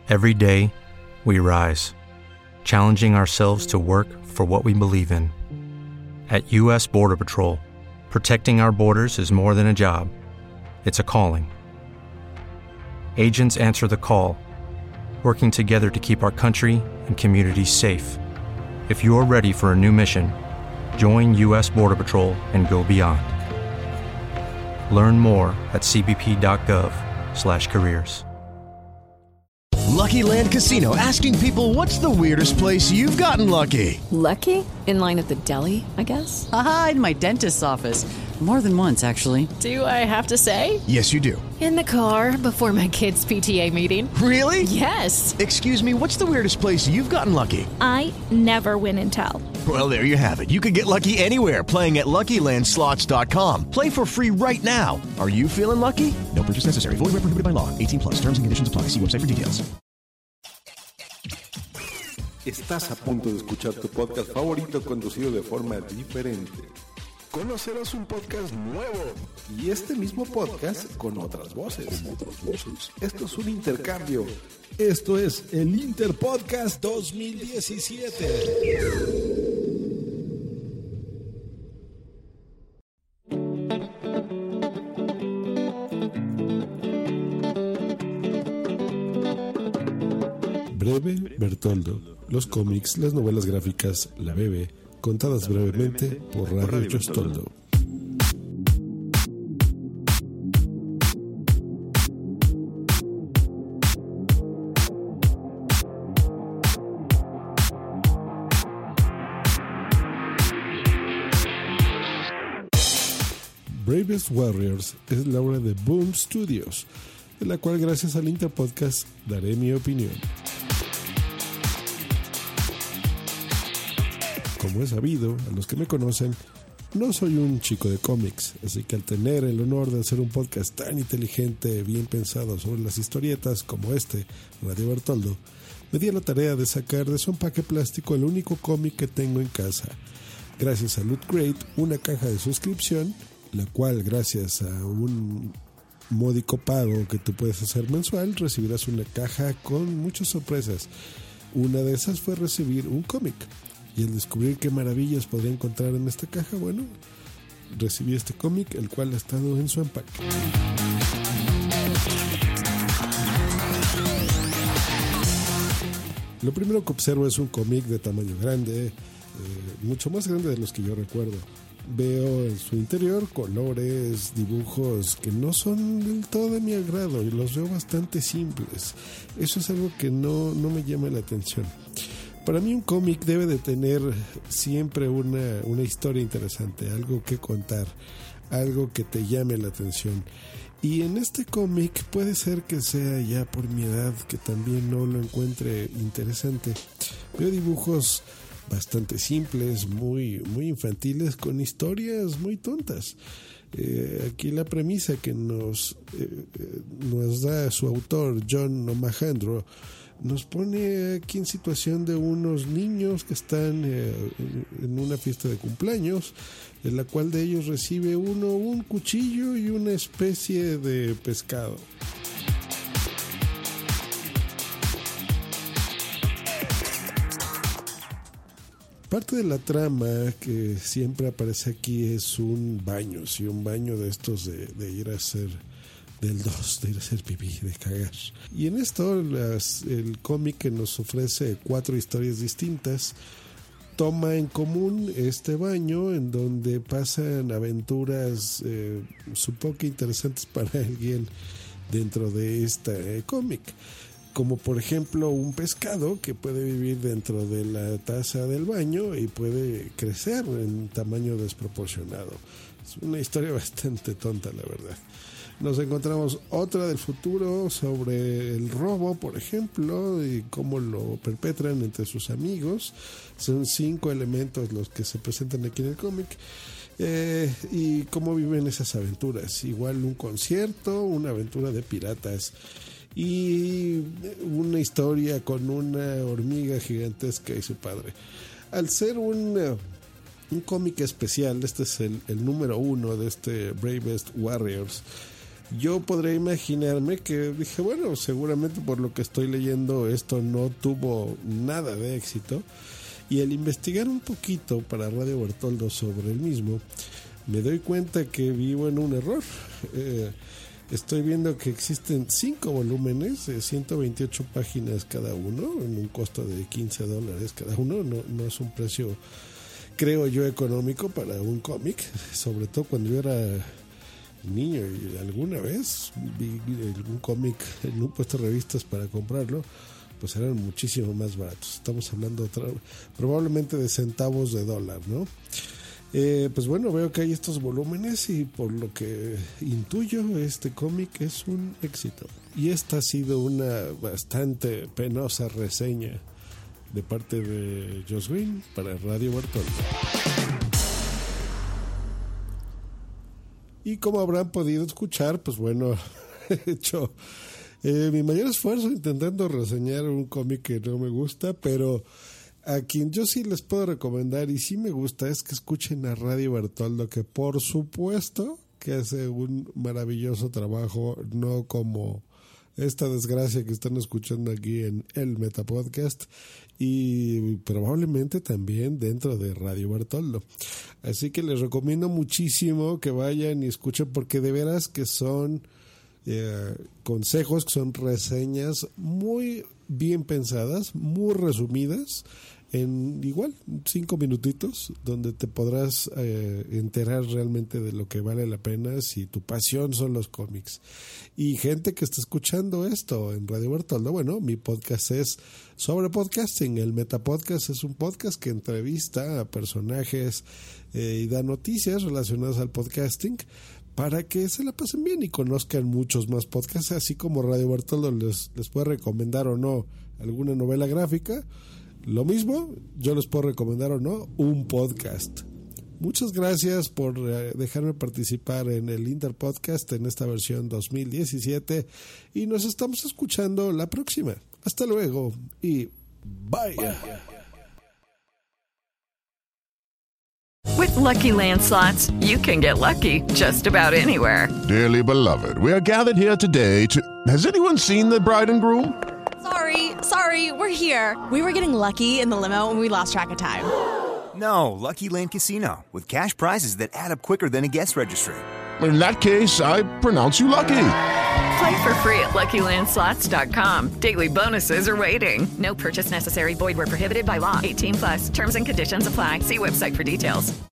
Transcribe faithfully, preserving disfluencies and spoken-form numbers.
Every day, we rise, challenging ourselves to work for what we believe in. At U S Border Patrol, protecting our borders is more than a job. It's a calling. Agents answer the call, working together to keep our country and communities safe. If you're ready for a new mission, join U S Border Patrol and go beyond. Learn more at cbp.gov slash careers. Lucky Land Casino, asking people, what's the weirdest place you've gotten lucky? Lucky? In line at the deli, I guess? Aha, in my dentist's office. More than once, actually. Do I have to say? Yes, you do. In the car before my kids' P T A meeting. Really? Yes. Excuse me, what's the weirdest place you've gotten lucky? I never win and tell. Well, there you have it. You can get lucky anywhere, playing at Lucky Land Slots dot com. Play for free right now. Are you feeling lucky? No purchase necessary. Void where prohibited by law. eighteen plus. Terms and conditions apply. See website for details. Estás a punto de escuchar tu podcast favorito conducido de forma diferente. Conocerás un podcast nuevo y este mismo podcast con otras voces. Con otras voces. Esto es un intercambio. Esto es el Interpodcast dos mil diecisiete. Breve Bertoldo. Los cómics, las novelas gráficas, la Bebe, contadas brevemente por Radio Chostoldo. Bravest Warriors es la obra de Boom Studios, de la cual gracias al Interpodcast daré mi opinión. Como es sabido, a los que me conocen, no soy un chico de cómics, así que al tener el honor de hacer un podcast tan inteligente, bien pensado sobre las historietas como este, Radio Bertoldo, me di a la tarea de sacar de su empaque plástico el único cómic que tengo en casa. Gracias a Loot Crate, una caja de suscripción, la cual gracias a un módico pago que tú puedes hacer mensual, recibirás una caja con muchas sorpresas. Una de esas fue recibir un cómic. Y al descubrir qué maravillas podría encontrar en esta caja, bueno, recibí este cómic, el cual ha estado en su empaque. Lo primero que observo es un cómic de tamaño grande, eh, mucho más grande de los que yo recuerdo. Veo en su interior colores, dibujos que no son del todo de mi agrado y los veo bastante simples. Eso es algo que no, no me llama la atención. Para mí un cómic debe de tener siempre una, una historia interesante, algo que contar, algo que te llame la atención. Y en este cómic puede ser que sea ya por mi edad que también no lo encuentre interesante. Veo dibujos bastante simples, muy, muy infantiles, con historias muy tontas. Eh, aquí la premisa que nos, eh, nos da su autor, John Omahandro, nos pone aquí en situación de unos niños que están eh, en una fiesta de cumpleaños, en la cual de ellos recibe uno un cuchillo y una especie de pescado. Parte de la trama que siempre aparece aquí es un baño, sí, un baño de estos de, de ir a hacer del dos, de ir a hacer pipí, de cagar. Y en esto las, el cómic que nos ofrece cuatro historias distintas toma en común este baño en donde pasan aventuras eh, supongo que interesantes para alguien dentro de este eh, cómic, como por ejemplo un pescado que puede vivir dentro de la taza del baño y puede crecer en tamaño desproporcionado. Es una historia bastante tonta, la verdad. Nos encontramos otra del futuro sobre el robo, por ejemplo, y cómo lo perpetran entre sus amigos. Son cinco elementos los que se presentan aquí en el cómic. Eh, y cómo viven esas aventuras. Igual un concierto, una aventura de piratas y una historia con una hormiga gigantesca y su padre. Al ser un, un cómic especial, este es el, el número uno de este Bravest Warriors, Yo podría imaginarme que dije, bueno, seguramente por lo que estoy leyendo esto no tuvo nada de éxito. Y al investigar un poquito para Radio Bertoldo sobre el mismo, me doy cuenta que vivo en un error. Eh, estoy viendo que existen cinco volúmenes de ciento veintiocho páginas cada uno, en un costo de quince dólares cada uno. No, no es un precio, creo yo, económico para un cómic, sobre todo cuando yo era niño y alguna vez vi un cómic en un puesto de revistas para comprarlo, pues eran muchísimo más baratos. Estamos hablando otra, probablemente de centavos de dólar, ¿no? Eh, pues bueno, veo que hay estos volúmenes y por lo que intuyo, este cómic es un éxito. Y esta ha sido una bastante penosa reseña de parte de Joss Green para Radio Bertoldo. Y como habrán podido escuchar, pues bueno, he hecho eh, mi mayor esfuerzo intentando reseñar un cómic que no me gusta, pero a quien yo sí les puedo recomendar y sí me gusta es que escuchen a Radio Bertoldo, que por supuesto que hace un maravilloso trabajo, no como esta desgracia que están escuchando aquí en el Metapodcast y probablemente también dentro de Radio Bertoldo. Así que les recomiendo muchísimo que vayan y escuchen, porque de veras que son eh, consejos, que son reseñas muy bien pensadas, muy resumidas, en igual cinco minutitos, donde te podrás eh, enterar realmente de lo que vale la pena si tu pasión son los cómics. Y gente que está escuchando esto en Radio Bertoldo, bueno, mi podcast es sobre podcasting. El Metapodcast es un podcast que entrevista a personajes eh, y da noticias relacionadas al podcasting para que se la pasen bien y conozcan muchos más podcasts, así como Radio Bertoldo les, les puede recomendar o no alguna novela gráfica. Lo mismo, yo les puedo recomendar o no un podcast. Muchas gracias por eh, dejarme participar en el Interpodcast en esta versión dos mil diecisiete y nos estamos escuchando la próxima. Hasta luego y bye. bye. With Lucky Land Slots, you can get lucky just about anywhere. Dearly beloved, we are gathered here today to... Has anyone seen the bride and groom? Sorry, sorry, we're here. We were getting lucky in the limo and we lost track of time. No, Lucky Land Casino, with cash prizes that add up quicker than a guest registry. In that case, I pronounce you lucky. Play for free at Lucky Land Slots dot com. Daily bonuses are waiting. No purchase necessary. Void where prohibited by law. eighteen plus. Terms and conditions apply. See website for details.